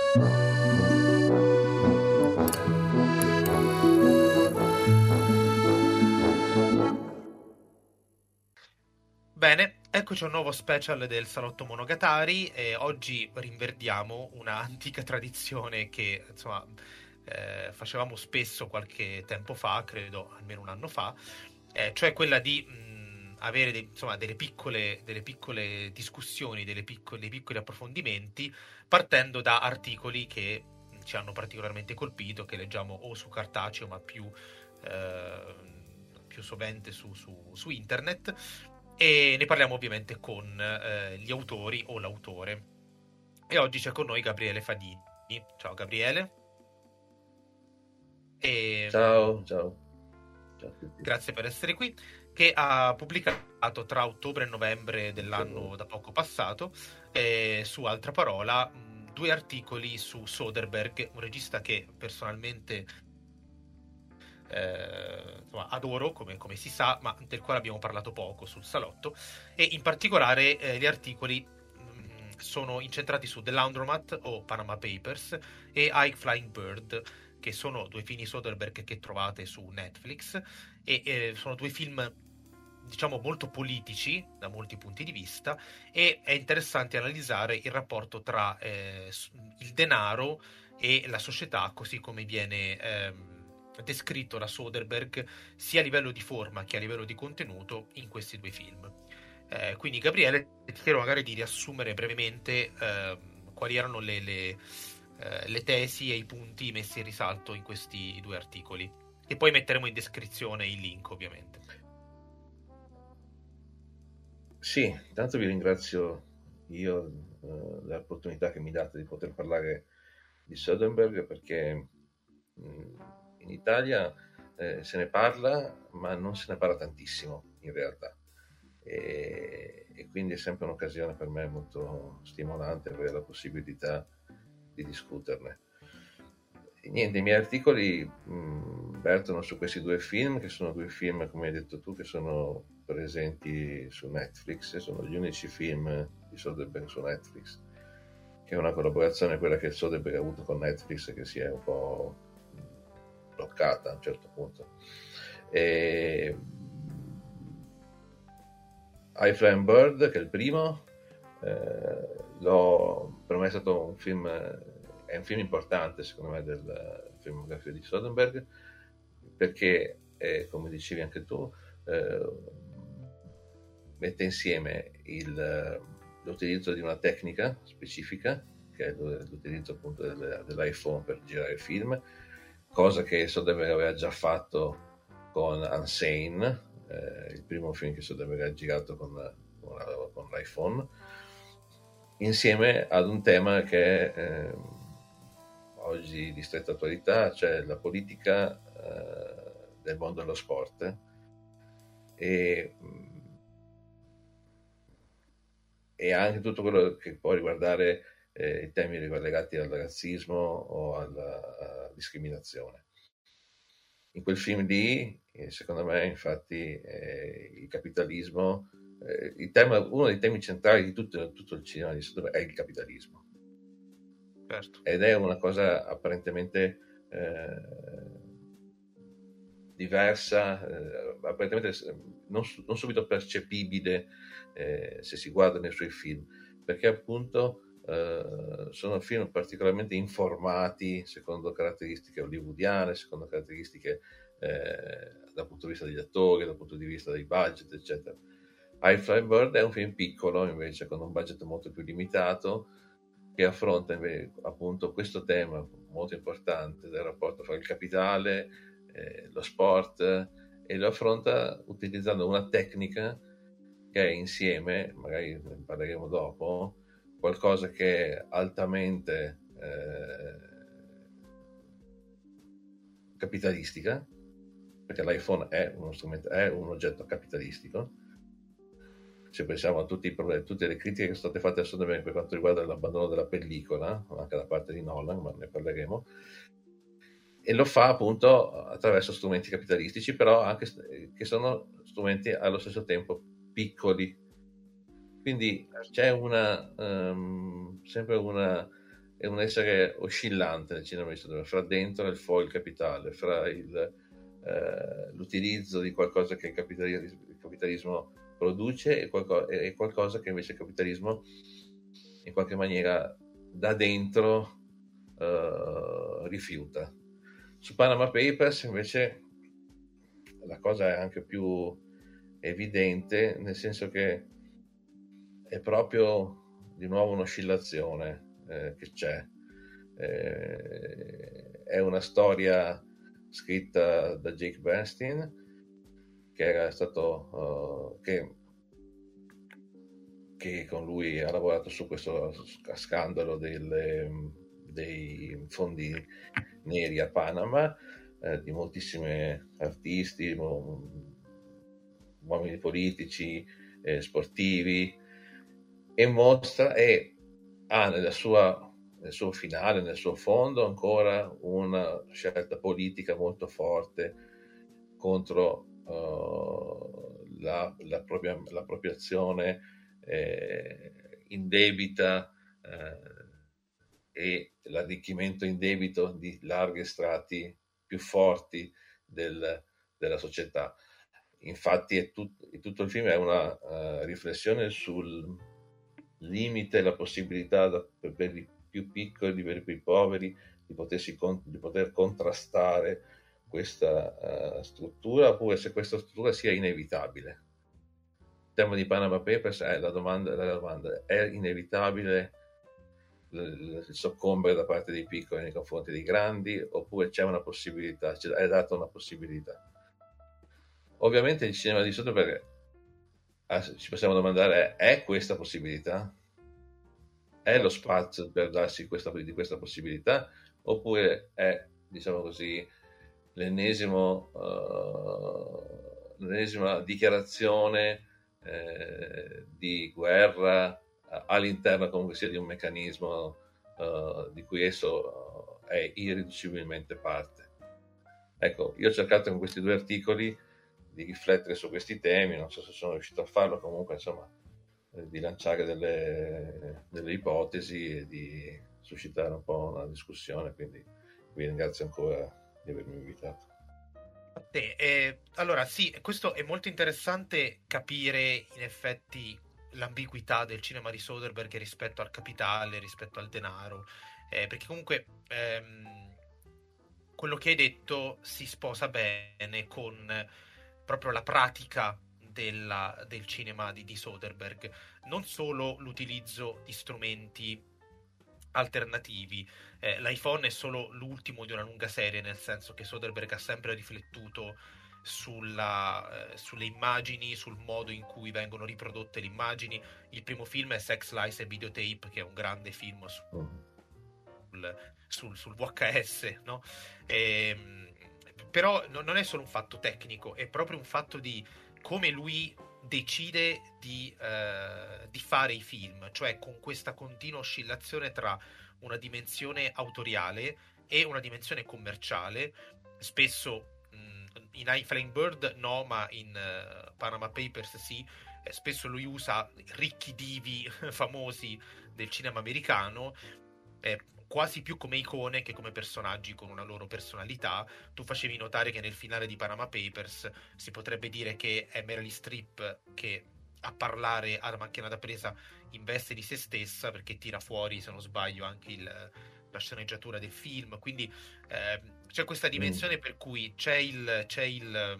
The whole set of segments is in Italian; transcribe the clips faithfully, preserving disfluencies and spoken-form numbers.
Bene, eccoci a un nuovo special del Salotto Monogatari e oggi rinverdiamo una antica tradizione che insomma eh, facevamo spesso qualche tempo fa, credo almeno un anno fa, eh, cioè quella di mh, avere dei- insomma, delle piccole, delle piccole discussioni, delle piccole, dei piccoli approfondimenti partendo da articoli che ci hanno particolarmente colpito, che leggiamo o su cartaceo ma più, eh, più sovente su, su- su internet e ne parliamo ovviamente con eh, gli autori o l'autore. E oggi c'è con noi Gabriele Fadini. Ciao Gabriele. E, Ciao, ciao, ciao a tutti. grazie per essere qui, che ha pubblicato tra ottobre e novembre Grazie a voi. dell'anno da poco passato, eh, su Altra Parola, mh, due articoli su Soderbergh, un regista che personalmente eh, insomma, adoro, come, come si sa, ma del quale abbiamo parlato poco sul salotto, e in particolare eh, gli articoli mh, sono incentrati su The Laundromat o Panama Papers e High Flying Bird, che sono due film di Soderbergh che trovate su Netflix e eh, sono due film diciamo molto politici da molti punti di vista e è interessante analizzare il rapporto tra eh, il denaro e la società così come viene ehm, descritto da Soderbergh sia a livello di forma che a livello di contenuto in questi due film. Eh, quindi Gabriele, ti chiedo magari di riassumere brevemente ehm, quali erano le, le, eh, le tesi e i punti messi in risalto in questi due articoli e poi metteremo in descrizione il link ovviamente. Sì, intanto vi ringrazio io eh, dell'opportunità che mi date di poter parlare di Soderbergh perché mh, in Italia eh, se ne parla, ma non se ne parla tantissimo in realtà. E, e quindi è sempre un'occasione per me molto stimolante avere la possibilità di discuterne. E niente, i miei articoli mh, vertono su questi due film, che sono due film, come hai detto tu, che sono presenti su Netflix, sono gli unici film di Soderbergh su Netflix, che è una collaborazione quella che Soderbergh ha avuto con Netflix, che si è un po' bloccata a un certo punto. E High Flying Bird, che è il primo, eh, l'ho, per me è stato un film, è un film importante secondo me del filmografia di Soderbergh, perché, eh, come dicevi anche tu, eh, mette insieme il, l'utilizzo di una tecnica specifica, che è l'utilizzo appunto del, dell'iPhone per girare film, cosa che Soderbergh aveva già fatto con Unsane, eh, il primo film che Soderbergh ha girato con, con, con l'iPhone, insieme ad un tema che è eh, oggi di stretta attualità, cioè la politica eh, del mondo dello sport. E, e anche tutto quello che può riguardare eh, i temi legati al razzismo o alla, alla discriminazione. In quel film lì, eh, secondo me, infatti, eh, il capitalismo, eh, il tema, uno dei temi centrali di tutto, tutto il cinema di Sodoma è il capitalismo. Certo. Ed è una cosa apparentemente eh, diversa, eh, apparentemente non, non, subito percepibile eh, se si guarda nei suoi film, perché appunto eh, sono film particolarmente informati secondo caratteristiche hollywoodiane, secondo caratteristiche eh, dal punto di vista degli attori, dal punto di vista dei budget, eccetera. High Flying Bird è un film piccolo invece, con un budget molto più limitato, che affronta invece, appunto questo tema molto importante del rapporto fra il capitale, eh, lo sport, e lo affronta utilizzando una tecnica che è insieme, magari ne parleremo dopo, qualcosa che è altamente eh, capitalistica, perché l'iPhone è uno strumento, è un oggetto capitalistico. Se pensiamo a tutti i problemi, tutte le critiche che sono state fatte a Soderbergh per quanto riguarda l'abbandono della pellicola, anche da parte di Nolan, ma ne parleremo, e lo fa appunto attraverso strumenti capitalistici, però anche che sono strumenti allo stesso tempo piccoli. Quindi c'è una um, sempre una è un essere oscillante nel cinema di Soderbergh, fra dentro e fuori il capitale, fra il, eh, l'utilizzo di qualcosa che il capitalismo, il capitalismo produce e, qualco, e qualcosa che invece il capitalismo in qualche maniera da dentro eh, rifiuta. Su Panama Papers invece la cosa è anche più evidente, nel senso che è proprio di nuovo un'oscillazione eh, che c'è. Eh, è una storia scritta da Jake Bernstein, che era stato uh, che, che con lui ha lavorato su questo scandalo delle, dei fondi neri a Panama, eh, di moltissimi artisti, uomini politici, eh, sportivi, e mostra e ha nella sua, nel suo finale, nel suo fondo, ancora una scelta politica molto forte contro uh, la, la propria, l'appropriazione eh, indebita eh, e l'arricchimento indebito di larghi strati più forti del, della società. Infatti è tut, tutto il film è una uh, riflessione sul limite, la possibilità da, per i più piccoli, per i più poveri, di, potersi, di poter contrastare questa uh, struttura, oppure se questa struttura sia inevitabile. Il tema di Panama Papers è la domanda, la domanda è inevitabile il soccombere da parte dei piccoli nei confronti dei grandi, oppure c'è una possibilità, è data una possibilità. Ovviamente il cinema di Soderbergh, ci possiamo domandare, è questa possibilità? È lo spazio per darsi questa, di questa possibilità, oppure è, diciamo così, l'ennesimo uh, l'ennesima dichiarazione eh, di guerra all'interno comunque sia di un meccanismo uh, di cui esso uh, è irriducibilmente parte. Ecco, io ho cercato con questi due articoli di riflettere su questi temi, non so se sono riuscito a farlo, comunque insomma eh, di lanciare delle, delle ipotesi e di suscitare un po' una discussione, quindi vi ringrazio ancora di avermi invitato. Eh, eh, allora sì, questo è molto interessante, capire in effetti l'ambiguità del cinema di Soderbergh rispetto al capitale, rispetto al denaro, eh, perché comunque ehm, quello che hai detto si sposa bene con proprio la pratica della, del cinema di, di Soderbergh, non solo l'utilizzo di strumenti alternativi. Eh, l'iPhone è solo l'ultimo di una lunga serie, nel senso che Soderbergh ha sempre riflettuto sulla, eh, sulle immagini, sul modo in cui vengono riprodotte le immagini. Il primo film è Sex, Lies e Videotape, che è un grande film sul, sul, sul V H S, no? E, però no, non è solo un fatto tecnico, è proprio un fatto di come lui decide di, eh, di fare i film, cioè con questa continua oscillazione tra una dimensione autoriale e una dimensione commerciale. Spesso mh, in High Flying Bird no, ma in uh, Panama Papers sì. Eh, spesso lui usa ricchi divi famosi del cinema americano, eh, quasi più come icone che come personaggi con una loro personalità. Tu facevi notare che nel finale di Panama Papers si potrebbe dire che è Meryl Streep che a parlare alla macchina da presa in veste di se stessa, perché tira fuori, se non sbaglio, anche il, la sceneggiatura del film. Quindi eh, c'è questa dimensione mm. per cui c'è il c'è il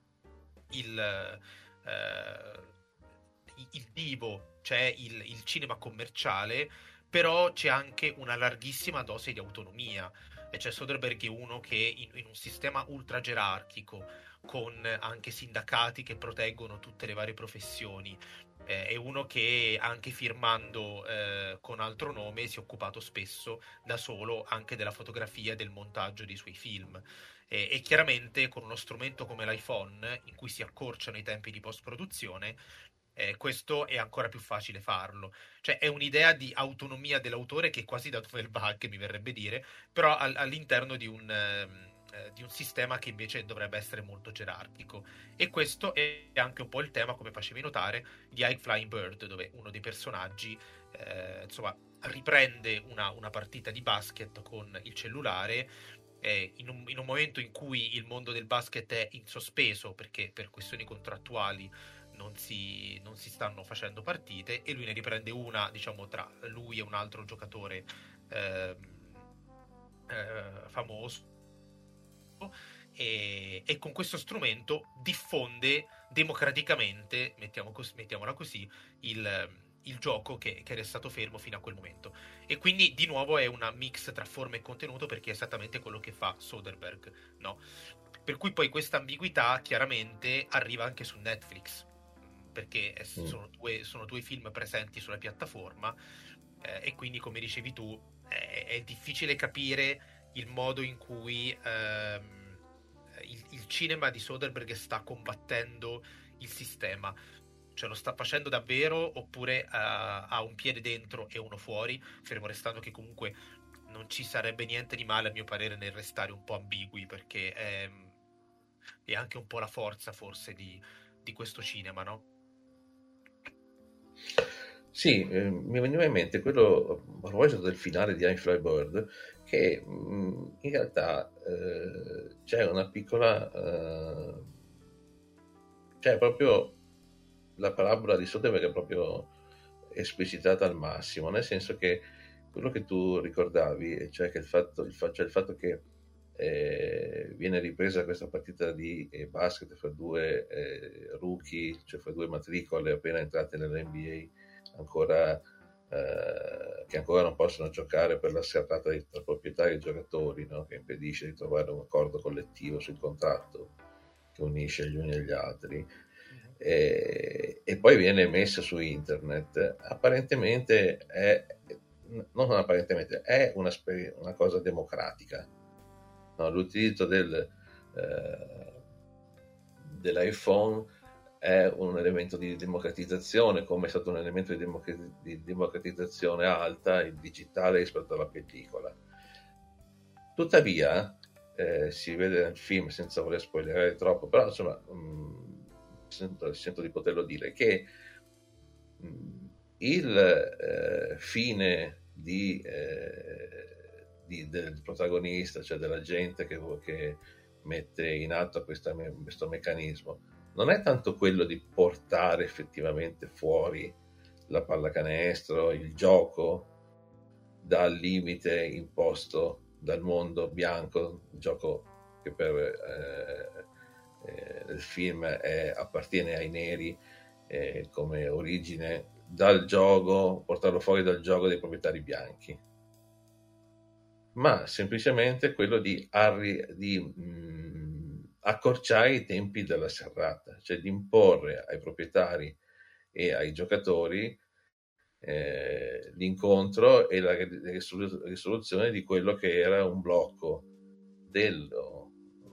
il, eh, il divo, c'è il, il cinema commerciale, però c'è anche una larghissima dose di autonomia. E c'è Soderbergh è uno che in, in un sistema ultra gerarchico, con anche sindacati che proteggono tutte le varie professioni, eh, è uno che anche firmando eh, con altro nome si è occupato spesso da solo anche della fotografia e del montaggio dei suoi film. E, e chiaramente con uno strumento come l'iPhone, in cui si accorciano i tempi di post-produzione, eh, questo è ancora più facile farlo. Cioè è un'idea di autonomia dell'autore che è quasi da dove il bug, mi verrebbe dire, però all- all'interno di un, eh, di un sistema che invece dovrebbe essere molto gerarchico. E questo è anche un po' il tema, come facevi notare, di High Flying Bird, dove uno dei personaggi eh, insomma riprende una, una partita di basket con il cellulare eh, in, un, in un momento in cui il mondo del basket è in sospeso perché per questioni contrattuali non si, non si stanno facendo partite, e lui ne riprende una, diciamo, tra lui e un altro giocatore eh, eh, famoso, e, e con questo strumento diffonde democraticamente, mettiamo cos- mettiamola così, il, il gioco che, che è restato fermo fino a quel momento. E quindi di nuovo è una mix tra forma e contenuto, perché è esattamente quello che fa Soderbergh, no? Per cui poi questa ambiguità chiaramente arriva anche su Netflix, perché è- Mm. sono due, sono due film presenti sulla piattaforma, eh, e quindi, come dicevi tu, è, è difficile capire il modo in cui ehm, il, il cinema di Soderbergh sta combattendo il sistema. Cioè, lo sta facendo davvero, oppure eh, ha un piede dentro e uno fuori, fermo restando che comunque non ci sarebbe niente di male, a mio parere, nel restare un po' ambigui, perché è, è anche un po' la forza forse di, di questo cinema, no? Sì, eh, mi veniva in mente quello, a proposito del finale di I Fly Bird, che mh, in realtà eh, c'è una piccola, eh, c'è proprio la parabola di Soderbergh è proprio esplicitata al massimo, nel senso che quello che tu ricordavi, e cioè che il fatto, il fa- cioè il fatto che eh, viene ripresa questa partita di eh, basket fra due eh, rookie, cioè fra due matricole appena entrate nell'N B A, ancora, eh, che ancora non possono giocare per la serrata tra proprietari e giocatori, no? Che impedisce di trovare un accordo collettivo sul contratto che unisce gli uni agli altri. E, e poi viene messa su internet. Apparentemente è, non apparentemente, è una, una cosa democratica, no? L'utilizzo del, eh, dell'iPhone è un elemento di democratizzazione, come è stato un elemento di, democrat- di democratizzazione alta il digitale rispetto alla pellicola. Tuttavia, eh, si vede nel film, senza voler spoilerare troppo, però insomma, mh, sento, sento di poterlo dire, che mh, il eh, fine di, eh, di, del protagonista, cioè della gente che, che mette in atto questa, questo meccanismo, non è tanto quello di portare effettivamente fuori la pallacanestro, il gioco dal limite imposto dal mondo bianco, il gioco che per eh, eh, il film è, appartiene ai neri eh, come origine, dal gioco, portarlo fuori dal gioco dei proprietari bianchi, ma semplicemente quello di, arri- di mh, accorciare i tempi della serrata, cioè di imporre ai proprietari e ai giocatori eh, l'incontro e la risoluzione di quello che era un blocco dello,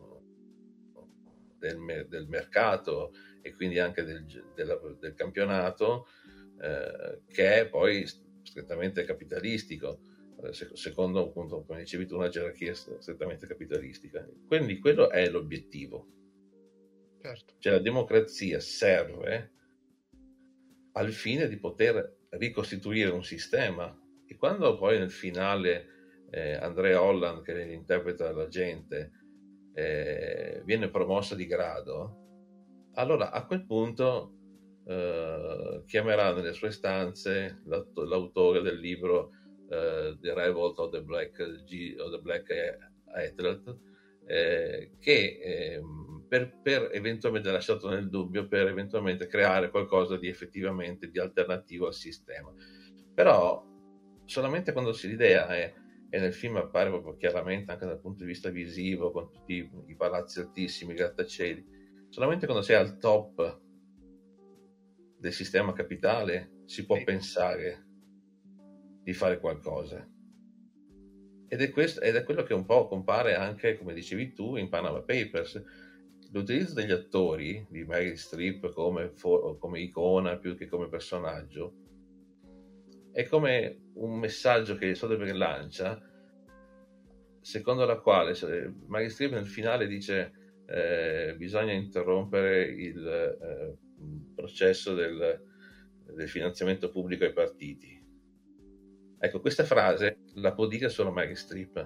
del, del mercato e quindi anche del, della, del campionato, eh, che è poi strettamente capitalistico, eh, secondo appunto, come dicevi tu, una gerarchia strettamente capitalistica. Quindi quello è l'obiettivo. Certo. Cioè la democrazia serve al fine di poter ricostituire un sistema, e quando poi nel finale eh, Andrea Holland, che interpreta la gente, eh, viene promossa di grado, allora a quel punto eh, chiamerà nelle sue stanze l'autore del libro eh, The Revolt of the Black, G, of the Black Athlete, eh, che eh, per, per eventualmente lasciato nel dubbio, per eventualmente creare qualcosa di effettivamente di alternativo al sistema. Però solamente quando si l'idea è, e nel film appare proprio chiaramente anche dal punto di vista visivo, con tutti i, i palazzi altissimi, i grattacieli, solamente quando si è al top del sistema capitale si può Sì. pensare di fare qualcosa. Ed è, questo, ed è quello che un po' compare anche, come dicevi tu, in Panama Papers. L'utilizzo degli attori, di Meryl Streep come, for, come icona più che come personaggio, è come un messaggio che Soderbergh lancia, secondo la quale Meryl Streep nel finale dice eh, bisogna interrompere il eh, processo del, del finanziamento pubblico ai partiti. Ecco, questa frase la può dire solo Meryl Streep.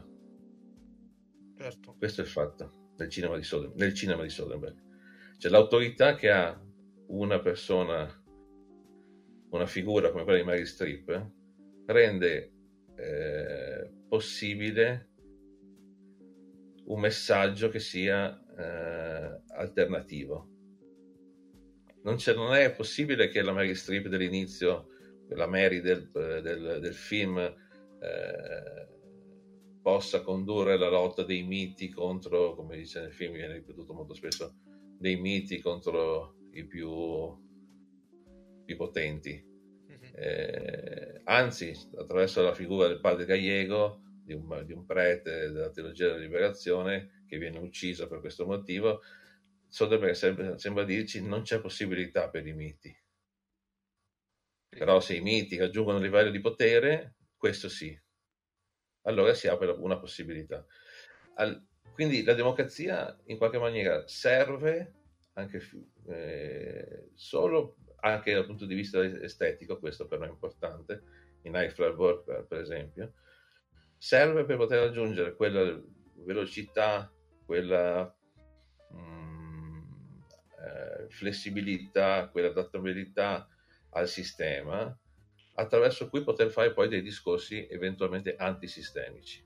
Certo. Questo è il fatto nel cinema di Soderbergh, nel cinema di Soderbergh. Cioè l'autorità che ha una persona, una figura come quella di Meryl Streep, rende eh, possibile un messaggio che sia eh, alternativo. Non, c'è, non è possibile che la Meryl Streep dell'inizio, la Mary del, del, del film, eh, possa condurre la lotta dei miti contro, come dice nel film, viene ripetuto molto spesso, dei miti contro i più, più potenti. Mm-hmm. Eh, anzi, attraverso la figura del padre Gallego, di un, di un prete della teologia della liberazione, che viene ucciso per questo motivo, Soderbergh sembra, sembra dirci non c'è possibilità per i miti. Sì. Però se i miti raggiungono un livello di potere, questo sì. Allora si apre una possibilità. Al, quindi la democrazia in qualche maniera serve anche eh, solo anche dal punto di vista estetico, questo per noi è importante, in Nightflare per, per esempio, serve per poter raggiungere quella velocità, quella mh, eh, flessibilità, quella adattabilità al sistema, attraverso cui poter fare poi dei discorsi eventualmente antisistemici.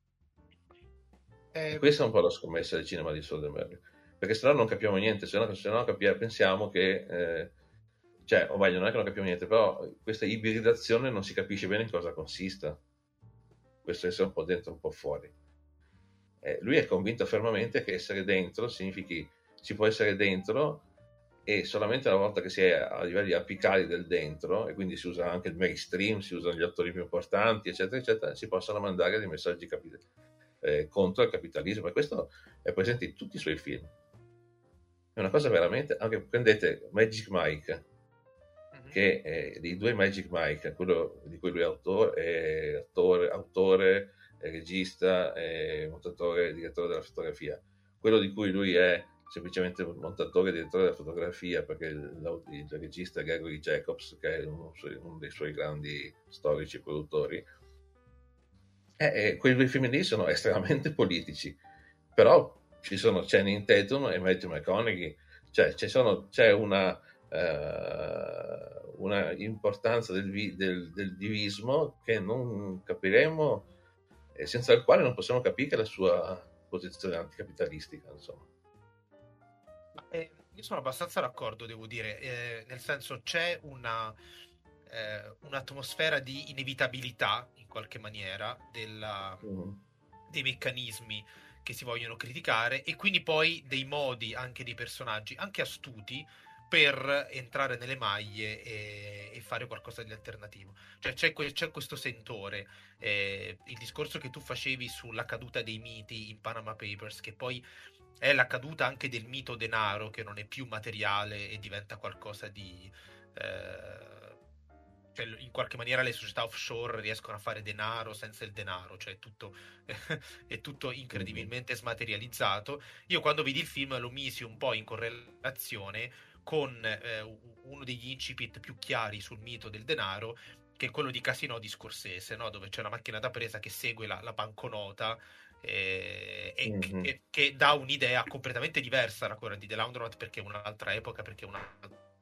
Eh, e questa è un po' la scommessa del cinema di Soderbergh, perché se no non capiamo niente, se no, se no capiamo, pensiamo che, eh, cioè, o meglio, non è che non capiamo niente, però questa ibridazione non si capisce bene in cosa consista. Questo essere un po' dentro, un po' fuori. Eh, lui è convinto fermamente che essere dentro significhi, si può essere dentro e solamente una volta che si è a livelli apicali del dentro, e quindi si usa anche il mainstream, si usano gli attori più importanti, eccetera, eccetera, si possono mandare dei messaggi capi- eh, contro il capitalismo, e questo è presente in tutti i suoi film. È una cosa veramente, anche prendete Magic Mike, mm-hmm. che è dei due Magic Mike, quello di cui lui è autore, è attore, autore è regista, è montatore, direttore della fotografia. Quello di cui lui è semplicemente montatore e direttore della fotografia, perché il, il regista è Gregory Jacobs, che è uno, uno dei suoi grandi storici produttori. E, e quei due film lì sono estremamente politici, però ci sono Channing Tatum e Matthew McConaughey, cioè ci sono, c'è una, uh, una importanza del, del, del divismo che non capiremo, e senza il quale non possiamo capire la sua posizione anticapitalistica, insomma. Eh, io sono abbastanza d'accordo, devo dire, eh, nel senso c'è una, eh, un'atmosfera di inevitabilità, in qualche maniera, della, mm. dei meccanismi che si vogliono criticare, e quindi poi dei modi anche dei personaggi, anche astuti, per entrare nelle maglie e, e fare qualcosa di alternativo. Cioè c'è, que- c'è questo sentore, eh, il discorso che tu facevi sulla caduta dei miti in Panama Papers, che poi è la caduta anche del mito denaro, che non è più materiale e diventa qualcosa di... Eh, cioè in qualche maniera le società offshore riescono a fare denaro senza il denaro, cioè tutto, è tutto incredibilmente smaterializzato. Io quando vidi il film lo misi un po' in correlazione con eh, uno degli incipit più chiari sul mito del denaro, che è quello di Casino di Scorsese, no? Dove c'è una macchina da presa che segue la, la banconota, eh, e mm-hmm. che, che dà un'idea completamente diversa da quella di The Laundromat, perché è un'altra epoca, perché è una,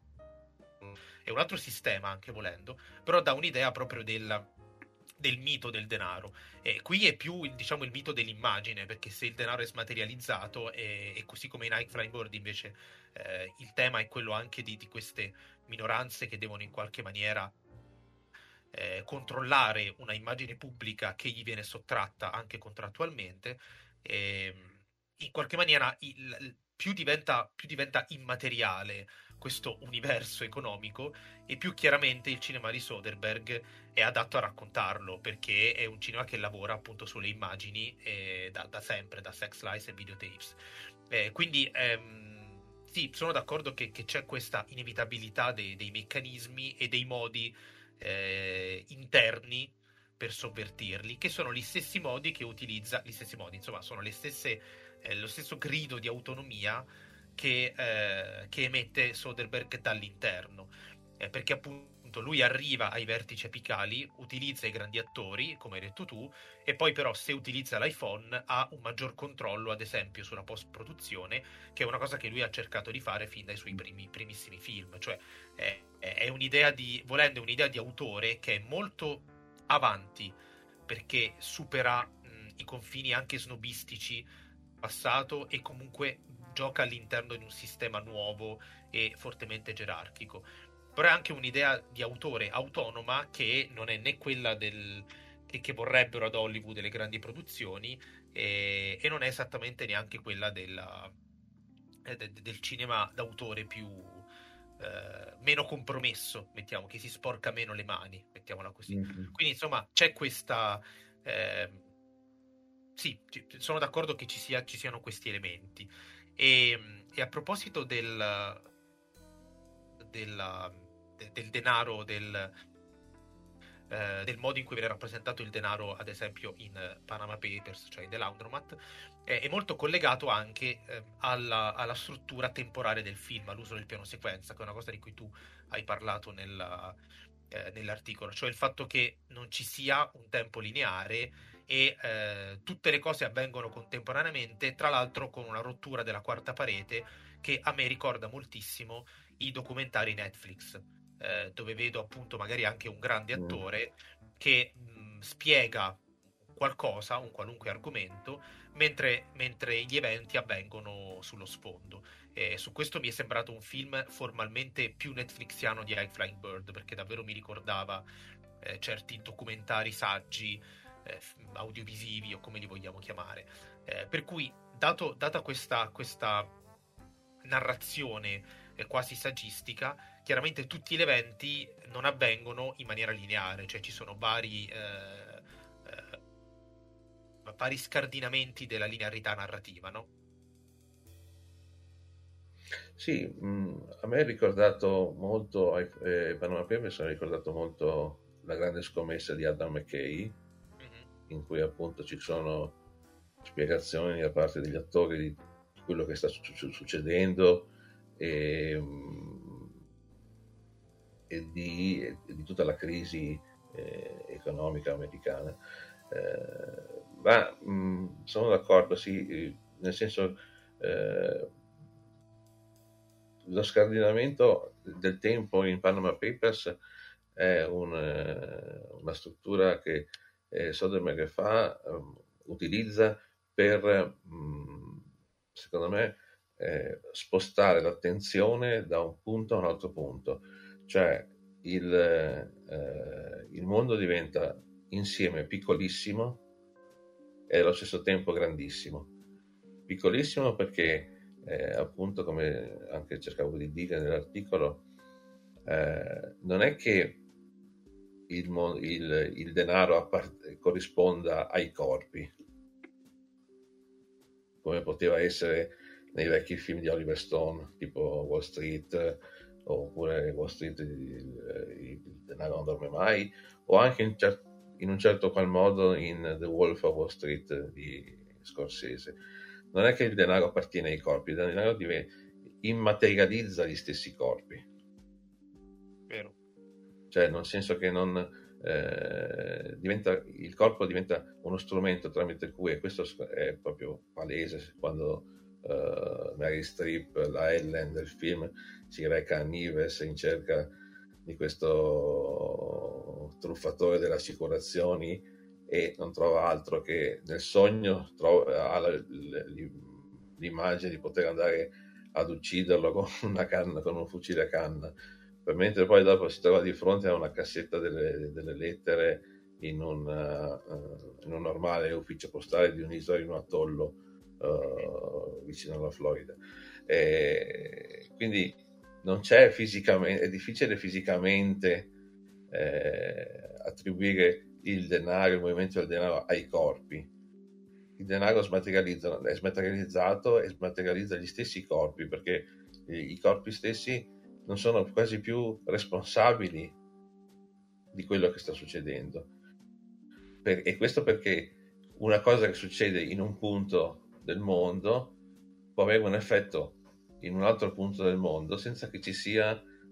è un altro sistema, anche volendo, però dà un'idea proprio del, del mito del denaro. E qui è più, diciamo, il mito dell'immagine, perché se il denaro è smaterializzato, e, e così come in High Flying Bird invece eh, il tema è quello anche di, di queste minoranze che devono in qualche maniera Eh, controllare una immagine pubblica che gli viene sottratta anche contrattualmente, e in qualche maniera il, il, più, diventa, più diventa immateriale questo universo economico, e più chiaramente il cinema di Soderbergh è adatto a raccontarlo, perché è un cinema che lavora appunto sulle immagini eh, da, da sempre, da Sex Lies e Videotapes. Eh, quindi ehm, sì, sono d'accordo che, che c'è questa inevitabilità dei, dei meccanismi e dei modi Eh, interni per sovvertirli, che sono gli stessi modi che utilizza, gli stessi modi, insomma, sono le stesse, eh, lo stesso grido di autonomia che, eh, che emette Soderbergh dall'interno, eh, perché appunto appunto lui arriva ai vertici apicali, utilizza i grandi attori, come hai detto tu, e poi però se utilizza l'iPhone ha un maggior controllo, ad esempio, sulla post-produzione, che è una cosa che lui ha cercato di fare fin dai suoi primi, primissimi film. Cioè è, è un'idea di, volendo, un'idea di autore che è molto avanti, perché supera mh, i confini anche snobistici passato e comunque gioca all'interno di un sistema nuovo e fortemente gerarchico. Però è anche un'idea di autore autonoma che non è né quella del, che, che vorrebbero ad Hollywood delle grandi produzioni e, e non è esattamente neanche quella della, eh, de, del cinema d'autore più eh, meno compromesso, mettiamo, che si sporca meno le mani, mettiamola così. Mm-hmm. Quindi insomma c'è questa... Eh, sì, sono d'accordo che ci, sia, ci siano questi elementi. E, e a proposito del, del, del denaro, del, eh, del modo in cui viene rappresentato il denaro, ad esempio in Panama Papers, cioè in The Laundromat, eh, è molto collegato anche eh, alla, alla struttura temporale del film, all'uso del piano sequenza, che è una cosa di cui tu hai parlato nella, eh, nell'articolo, cioè il fatto che non ci sia un tempo lineare e eh, tutte le cose avvengono contemporaneamente, tra l'altro con una rottura della quarta parete che a me ricorda moltissimo i documentari Netflix, eh, dove vedo appunto magari anche un grande attore che mh, spiega qualcosa, un qualunque argomento, mentre, mentre gli eventi avvengono sullo sfondo. E su questo mi è sembrato un film formalmente più netflixiano di High Flying Bird, perché davvero mi ricordava eh, certi documentari, saggi, eh, audiovisivi o come li vogliamo chiamare. Eh, per cui, dato, data questa, questa narrazione eh, quasi saggistica, chiaramente tutti gli eventi non avvengono in maniera lineare, cioè ci sono vari, eh, eh, vari scardinamenti della linearità narrativa, no? Sì, mh, a me è ricordato molto, eh, Panama Papers mi ha ricordato molto La grande scommessa di Adam McKay, mm-hmm. in cui appunto ci sono spiegazioni da parte degli attori di quello che sta su- succedendo e, e, di, e di tutta la crisi eh, economica americana. Eh, ma mh, sono d'accordo, sì, nel senso eh, lo scardinamento del tempo in Panama Papers è un, una struttura che eh, Soderbergh fa, um, utilizza per, um, secondo me, eh, spostare l'attenzione da un punto a un altro punto. Cioè il, eh, il mondo diventa insieme piccolissimo e allo stesso tempo grandissimo. Piccolissimo perché eh, appunto, come anche cercavo di dire nell'articolo, eh, non è che il, il, il denaro appart- corrisponda ai corpi, come poteva essere nei vecchi film di Oliver Stone, tipo Wall Street, oppure Wall Street il, il denaro non dorme mai, o anche in, cer- in un certo qual modo in The Wolf of Wall Street di Scorsese. Non è che il denaro appartiene ai corpi, il denaro diventa, immaterializza gli stessi corpi. Vero. Cioè, nel senso che non eh, diventa, il corpo diventa uno strumento tramite cui, e questo è proprio palese quando uh, Mary Streep, la Ellen del film, si reca a Nives in cerca di questo truffatore delle assicurazioni e non trova altro che nel sogno trova, ha l'immagine di poter andare ad ucciderlo con una canna, con un fucile a canna, mentre poi dopo si trova di fronte a una cassetta delle, delle lettere in un, uh, in un normale ufficio postale di un'isola in un atollo uh, vicino alla Florida. E quindi non c'è fisicamente, è difficile fisicamente eh, attribuire il denaro, il movimento del denaro ai corpi. Il denaro smaterializza, è smaterializzato e smaterializza gli stessi corpi, perché i, i corpi stessi non sono quasi più responsabili di quello che sta succedendo. Per, e questo perché una cosa che succede in un punto del mondo può avere un effetto in un altro punto del mondo senza che ci sia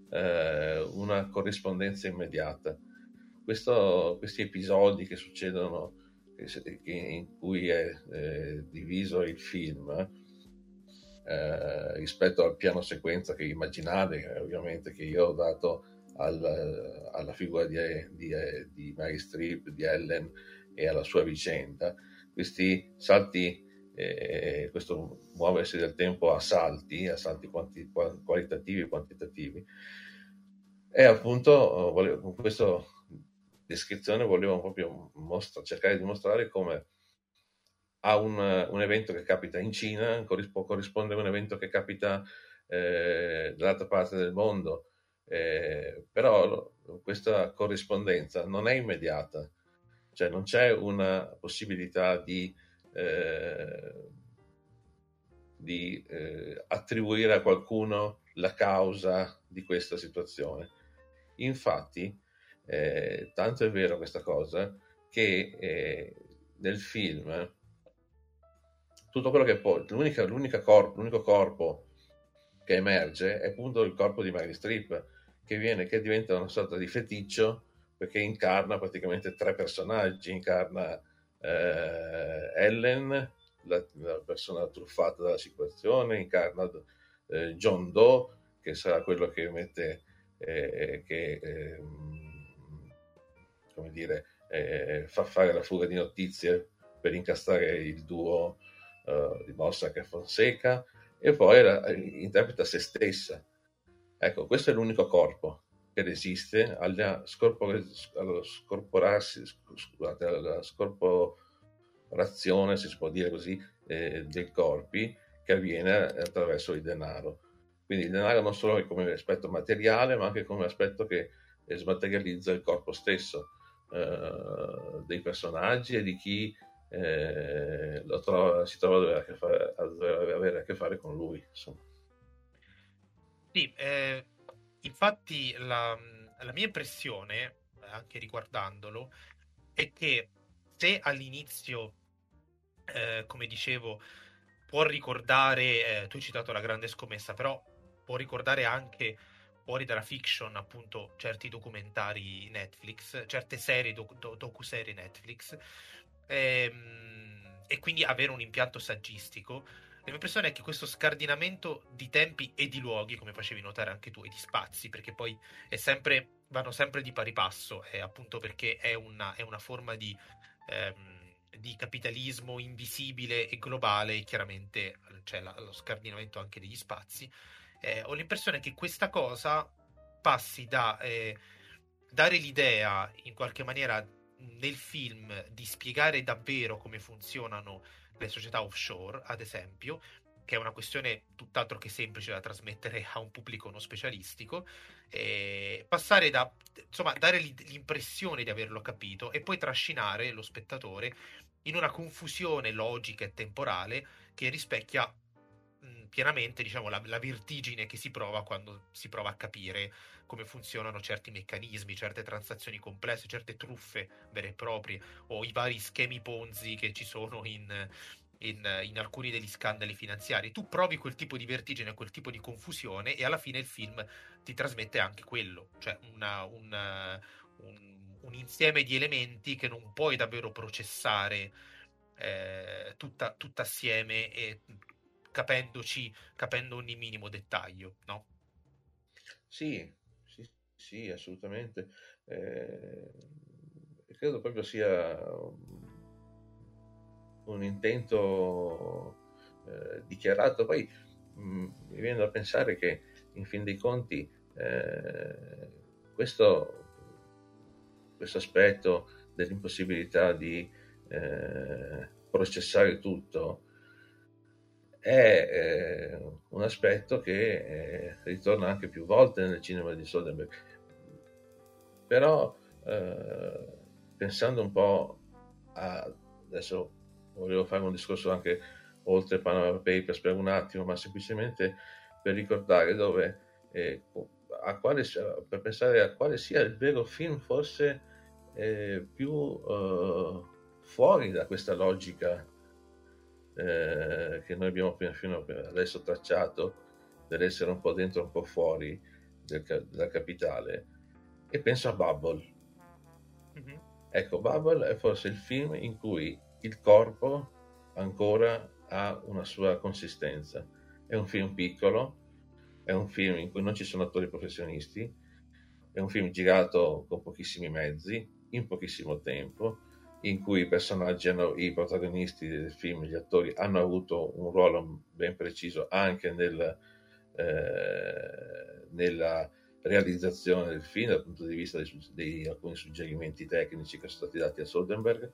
eh, una corrispondenza immediata. Questo, questi episodi che succedono, che, che, in cui è eh, diviso il film, eh, rispetto al piano sequenza che immaginate, ovviamente, che io ho dato al, alla figura di, di, di Mary Streep, di Ellen e alla sua vicenda, questi salti, eh, questo muoversi del tempo a salti, a salti quanti, qualitativi e quantitativi, e appunto volevo, con questa descrizione volevo proprio mostra, cercare di mostrare come a un, un evento che capita in Cina può corrispondere a un evento che capita eh, dall'altra parte del mondo, eh, però questa corrispondenza non è immediata, cioè non c'è una possibilità di, eh, di eh, attribuire a qualcuno la causa di questa situazione. Infatti, eh, tanto è vero questa cosa che eh, nel film tutto quello che poi l'unica, l'unica corpo, l'unico corpo che emerge è appunto il corpo di Mary Streep, che viene, che diventa una sorta di feticcio, perché incarna praticamente tre personaggi, incarna eh, Ellen, la, la persona truffata dalla situazione, incarna eh, John Doe, che sarà quello che mette eh, che eh, come dire eh, fa fare la fuga di notizie per incastrare il duo uh, di Mossack e Fonseca, e poi la, interpreta se stessa. Ecco, questo è l'unico corpo che resiste alla, scorpor- allo scorporarsi, scusate, alla scorporazione, se si può dire così, eh, dei corpi, che avviene attraverso il denaro. Quindi il denaro non solo come aspetto materiale, ma anche come aspetto che smaterializza il corpo stesso eh, dei personaggi e di chi eh, lo trova, si trova a dover, a che fare, a dover avere a che fare con lui, insomma. Sì, eh, infatti la, la mia impressione, anche riguardandolo, è che se all'inizio, eh, come dicevo, può ricordare, eh, tu hai citato La Grande Scommessa, però può ricordare anche fuori dalla fiction, appunto, certi documentari Netflix, certe serie, doc- do- docuserie Netflix, ehm, e quindi avere un impianto saggistico. La mia impressione è che questo scardinamento di tempi e di luoghi, come facevi notare anche tu, e di spazi, perché poi è sempre, vanno sempre di pari passo, è appunto perché è una, è una forma di, ehm, di capitalismo invisibile e globale, e chiaramente c'è la, lo scardinamento anche degli spazi. Eh, ho l'impressione che questa cosa passi da eh, dare l'idea, in qualche maniera, nel film, di spiegare davvero come funzionano le società offshore, ad esempio, che è una questione tutt'altro che semplice da trasmettere a un pubblico non specialistico, e passare da, insomma, dare l'impressione di averlo capito e poi trascinare lo spettatore in una confusione logica e temporale che rispecchia mh, pienamente, diciamo, la, la vertigine che si prova quando si prova a capire come funzionano certi meccanismi, certe transazioni complesse, certe truffe vere e proprie, o i vari schemi Ponzi che ci sono in, in, in alcuni degli scandali finanziari. Tu provi quel tipo di vertigine, quel tipo di confusione, e alla fine il film ti trasmette anche quello, cioè una, una, un, un insieme di elementi che non puoi davvero processare eh, tutta, tutta assieme e capendoci, capendo ogni minimo dettaglio, no? Sì, sì, sì, assolutamente. Eh, credo proprio sia un intento eh, dichiarato. Poi mh, mi viene da pensare che, in fin dei conti, eh, questo, questo aspetto dell'impossibilità di eh, processare tutto è eh, un aspetto che eh, ritorna anche più volte nel cinema di Soderbergh. Però eh, pensando un po' a, adesso volevo fare un discorso anche oltre Panama Papers per un attimo, ma semplicemente per ricordare dove eh, a quale, per pensare a quale sia il vero film forse eh, più eh, fuori da questa logica eh, che noi abbiamo fino adesso tracciato, dell'essere un po' dentro un po' fuori, del, della capitale e penso a Bubble. Mm-hmm. Ecco, Bubble è forse il film in cui il corpo ancora ha una sua consistenza. È un film piccolo, è un film in cui non ci sono attori professionisti, è un film girato con pochissimi mezzi, in pochissimo tempo, in cui i personaggi, hanno, i protagonisti del film, gli attori, hanno avuto un ruolo ben preciso anche nel, eh, nella realizzazione del film dal punto di vista di, di alcuni suggerimenti tecnici che sono stati dati a Soderbergh.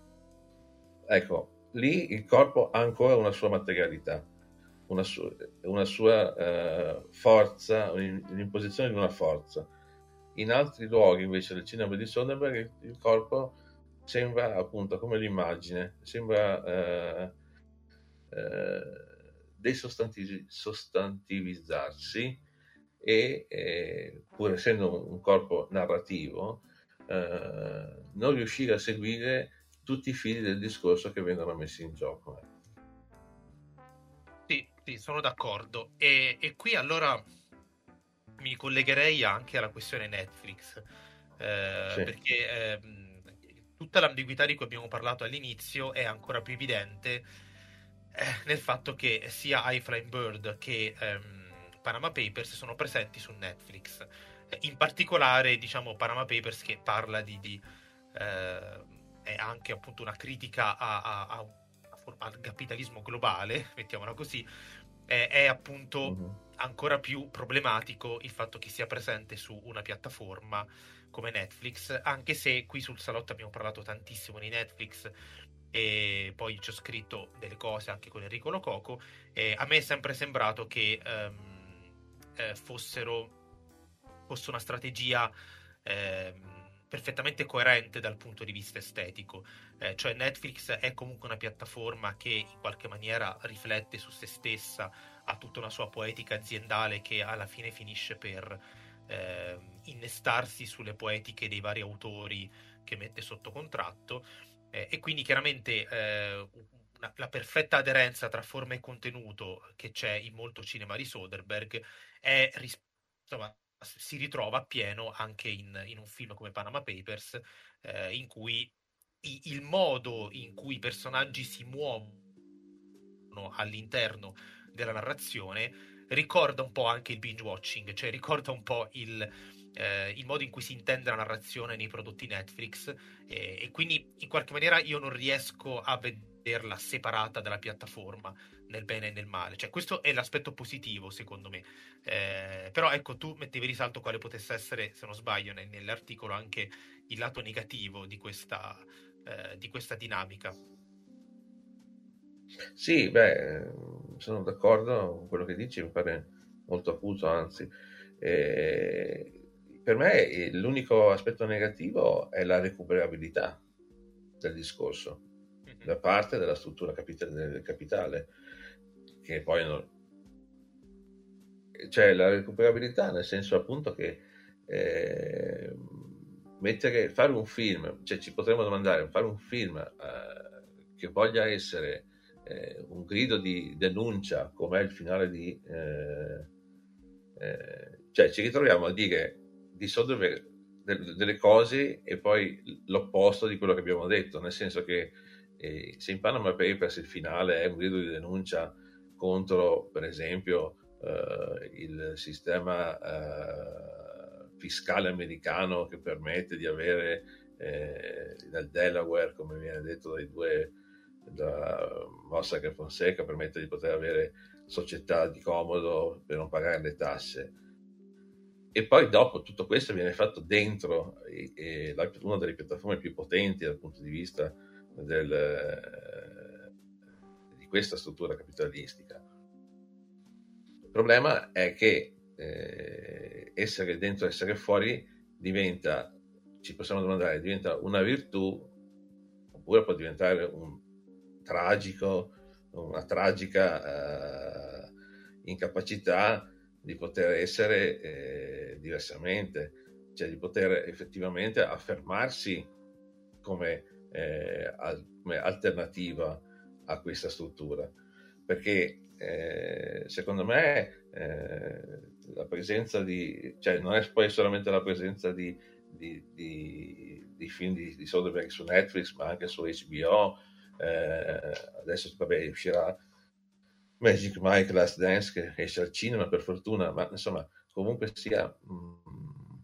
Ecco, lì il corpo ha ancora una sua materialità, una sua, una sua eh, forza, un'imposizione di una forza. In altri luoghi invece del cinema di Soderbergh il, il corpo sembra appunto come l'immagine, sembra eh, eh, desostantivizzarsi e eh, pur essendo un corpo narrativo eh, non riuscire a seguire tutti i fili del discorso che vengono messi in gioco. Sì, sì, sono d'accordo. E, e qui allora mi collegherei anche alla questione Netflix, eh, sì. perché eh, tutta l'ambiguità di cui abbiamo parlato all'inizio è ancora più evidente eh, nel fatto che sia High Flying Bird che ehm, Panama Papers sono presenti su Netflix. In particolare, diciamo, Panama Papers, che parla di, di eh, è anche appunto una critica a, a, a, al capitalismo globale, mettiamola così, è, è appunto mm-hmm. ancora più problematico il fatto che sia presente su una piattaforma come Netflix, anche se qui sul salotto abbiamo parlato tantissimo di Netflix e poi ci ho scritto delle cose anche con Enrico Lococo, e a me è sempre sembrato che ehm, eh, fossero fosse una strategia ehm, perfettamente coerente dal punto di vista estetico, eh, cioè Netflix è comunque una piattaforma che in qualche maniera riflette su se stessa, ha tutta una sua poetica aziendale che alla fine finisce per eh, innestarsi sulle poetiche dei vari autori che mette sotto contratto, eh, e quindi chiaramente eh, una, la perfetta aderenza tra forma e contenuto che c'è in molto cinema di Soderbergh è ris- insomma si ritrova appieno anche in, in un film come Panama Papers, eh, in cui i, il modo in cui i personaggi si muovono all'interno della narrazione ricorda un po' anche il binge watching, cioè ricorda un po' il, eh, il modo in cui si intende la narrazione nei prodotti Netflix, eh, e quindi in qualche maniera io non riesco a vederla separata dalla piattaforma nel bene e nel male, cioè questo è l'aspetto positivo secondo me, eh, però ecco, tu mettevi in risalto quale potesse essere, se non sbaglio nell'articolo, anche il lato negativo di questa, eh, di questa dinamica. Sì, beh, sono d'accordo con quello che dici, mi pare molto acuto, anzi. Eh, per me l'unico aspetto negativo è la recuperabilità del discorso mm-hmm. da parte della struttura capitale, del capitale, che poi non... cioè la recuperabilità nel senso appunto che eh, mettere, fare un film, cioè ci potremmo domandare, fare un film eh, che voglia essere eh, un grido di denuncia come è il finale di eh, eh, cioè ci ritroviamo a dire di Soderbergh delle cose e poi l'opposto di quello che abbiamo detto, nel senso che eh, se in Panama Papers il finale è un grido di denuncia contro per esempio Uh, il sistema uh, fiscale americano che permette di avere eh, nel Delaware, come viene detto dai due, da Mossack e Fonseca, permette di poter avere società di comodo per non pagare le tasse, e poi dopo tutto questo viene fatto dentro e, e la, una delle piattaforme più potenti dal punto di vista del, eh, di questa struttura capitalistica. Il problema è che eh, essere dentro e essere fuori diventa, ci possiamo domandare, diventa una virtù oppure può diventare un tragico, una tragica eh, incapacità di poter essere eh, diversamente, cioè di poter effettivamente affermarsi come, eh, al, come alternativa a questa struttura. perché eh, secondo me eh, la presenza di, cioè non è poi solamente la presenza di, di, di, di film di, di Soderbergh su Netflix, ma anche su H B O. Eh, adesso vabbè, uscirà Magic Mike Last Dance che esce al cinema per fortuna, ma insomma comunque sia mh,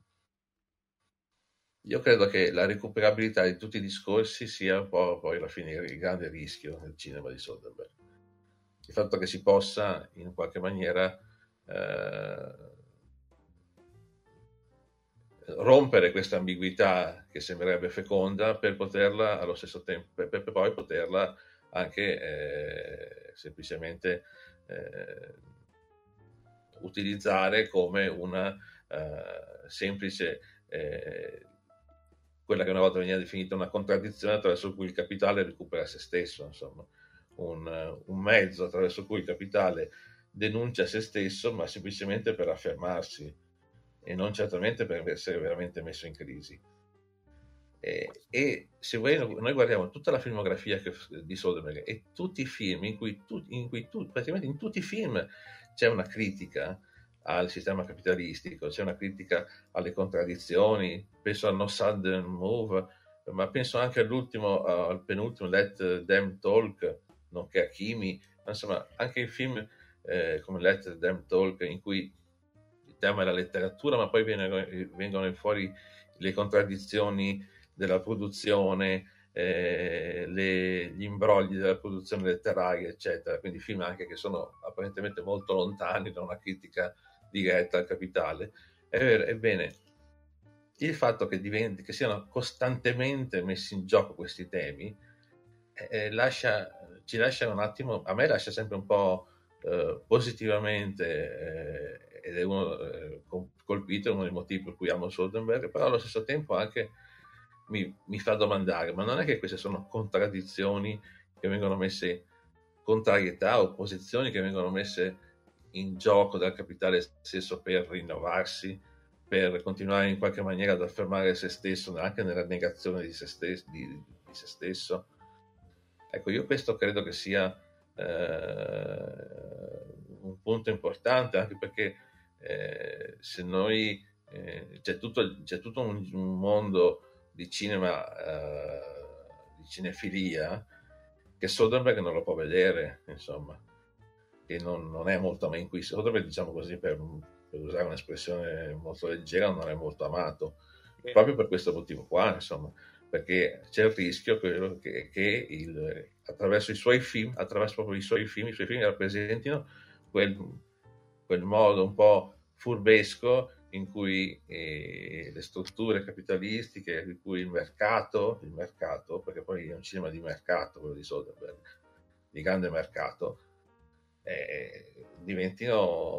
io credo che la recuperabilità di tutti i discorsi sia un po' poi alla fine il grande rischio nel cinema di Soderbergh, il fatto che si possa in qualche maniera eh, rompere questa ambiguità che sembrerebbe feconda per poterla allo stesso tempo, per, per poi poterla anche eh, semplicemente eh, utilizzare come una eh, semplice eh, quella che una volta veniva definita una contraddizione attraverso cui il capitale recupera se stesso, insomma, un, un mezzo attraverso cui il capitale denuncia se stesso, ma semplicemente per affermarsi e non certamente per essere veramente messo in crisi. E, e se voi, noi guardiamo tutta la filmografia che, di Soderbergh e tutti i film in cui, tu, in cui tu, praticamente in tutti i film c'è una critica al sistema capitalistico, c'è una critica alle contraddizioni, penso a No Sudden Move, ma penso anche all'ultimo, al penultimo Let Them Talk, nonché a Kimi, insomma anche in film eh, come Let Them Talk, in cui il tema è la letteratura, ma poi vengono, vengono fuori le contraddizioni della produzione, eh, le, gli imbrogli della produzione letteraria, eccetera. Quindi film anche che sono apparentemente molto lontani da una critica diretta al capitale. Ebbene, il fatto che, diventi, che siano costantemente messi in gioco questi temi eh, lascia, ci lascia un attimo, a me lascia sempre un po' eh, positivamente eh, ed è uno eh, colpito, è uno dei motivi per cui amo Soderbergh, però allo stesso tempo anche mi, mi fa domandare, ma non è che queste sono contraddizioni che vengono messe, contrarietà, opposizioni che vengono messe in gioco dal capitale stesso per rinnovarsi, per continuare in qualche maniera ad affermare se stesso anche nella negazione di se stesso, di, di se stesso. Ecco, io questo credo che sia eh, un punto importante, anche perché eh, se noi eh, c'è, tutto, c'è tutto un, un mondo di cinema, eh, di cinefilia, che Soderbergh non lo può vedere, insomma, che non, non è molto amato. In cui Soderbergh, diciamo così, per, per usare un'espressione molto leggera, non è molto amato, eh. proprio per questo motivo qua, insomma, perché c'è il rischio che, che, che il, attraverso i suoi film, attraverso proprio i suoi film, i suoi film rappresentino quel, quel modo un po' furbesco in cui eh, le strutture capitalistiche, in cui il mercato, il mercato, perché poi è un cinema di mercato, quello di Soderbergh, di grande mercato, eh, diventino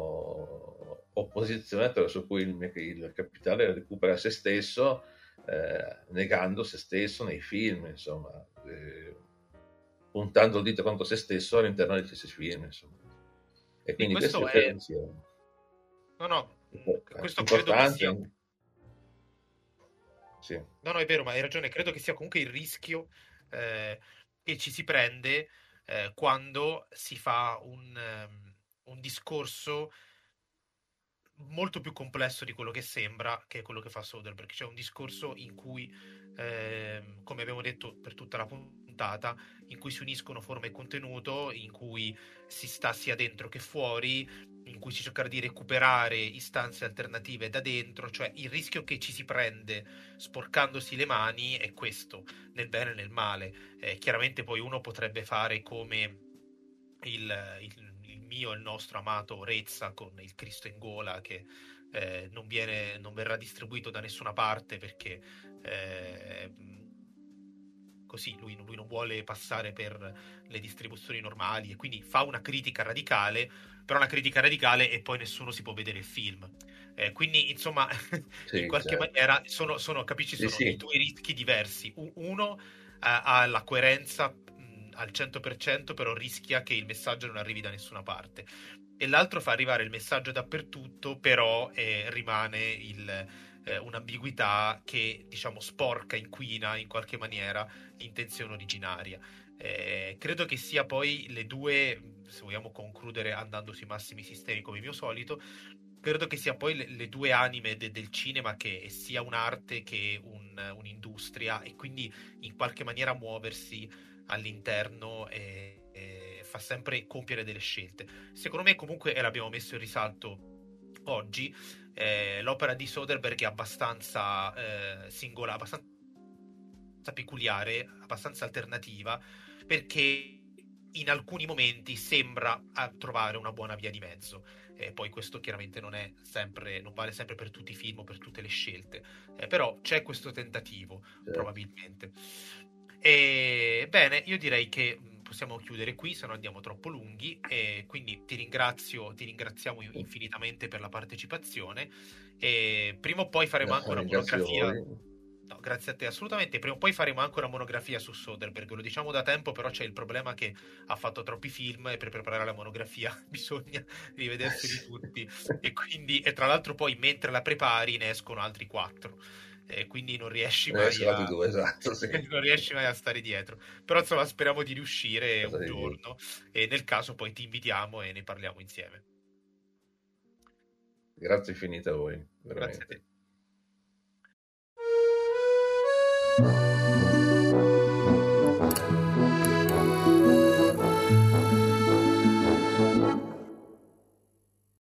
opposizione attraverso cui il, il capitale recupera se stesso, eh, negando se stesso nei film, insomma, eh, puntando il dito contro se stesso all'interno di questi film, insomma. E quindi questo, questo è... sia... No, no, questo importante. credo che sia... Sì. No, no, è vero, ma hai ragione, credo che sia comunque il rischio eh, che ci si prende eh, quando si fa un, um, un discorso molto più complesso di quello che sembra, che è quello che fa Soderbergh. C'è un discorso in cui, eh, come abbiamo detto per tutta la puntata, in cui si uniscono forma e contenuto, in cui si sta sia dentro che fuori, in cui si cerca di recuperare istanze alternative da dentro, cioè il rischio che ci si prende sporcandosi le mani è questo, nel bene e nel male. Eh, chiaramente poi uno potrebbe fare come il, il mio e il nostro amato Rezza con il Cristo in gola che eh, non, viene, non verrà distribuito da nessuna parte perché eh, così lui, lui non vuole passare per le distribuzioni normali e quindi fa una critica radicale, però una critica radicale e poi nessuno si può vedere il film. Eh, quindi insomma sì, in qualche certo. maniera sono, sono capisci, sono sì, sì. i due rischi diversi. Uno ha la coerenza al cento per cento, però rischia che il messaggio non arrivi da nessuna parte, e l'altro fa arrivare il messaggio dappertutto, però eh, rimane il, eh, un'ambiguità che diciamo sporca, inquina in qualche maniera l'intenzione originaria. Eh, credo che sia poi le due, se vogliamo concludere andando sui massimi sistemi come mio solito, credo che sia poi le, le due anime de- del cinema, che è sia un'arte che un- un'industria, e quindi in qualche maniera muoversi all'interno e, e fa sempre compiere delle scelte. Secondo me comunque, e l'abbiamo messo in risalto oggi, eh, l'opera di Soderbergh è abbastanza eh, singolare, abbastanza peculiare, abbastanza alternativa, perché in alcuni momenti sembra a trovare una buona via di mezzo. Eh, poi questo chiaramente non è sempre, non vale sempre per tutti i film o per tutte le scelte, eh, però c'è questo tentativo, Certo. probabilmente. E, bene, io direi che mh, possiamo chiudere qui, se no andiamo troppo lunghi, e quindi ti ringrazio, ti ringraziamo infinitamente per la partecipazione, e prima o poi faremo No, anche una ringrazio monografia. voi. No, grazie a te, assolutamente. Prima o poi faremo anche una monografia su Soderbergh. Lo diciamo da tempo, però c'è il problema che ha fatto troppi film e per preparare la monografia bisogna rivederseli tutti. E quindi, e tra l'altro, poi mentre la prepari ne escono altri quattro. E quindi non riesci Ne mai escono altri a. due, esatto, sì. Non riesci mai a stare dietro. Però insomma, speriamo di riuscire Cosa un di più. giorno. E nel caso poi ti invitiamo e ne parliamo insieme. Grazie infinite a voi, Grazie a te. veramente.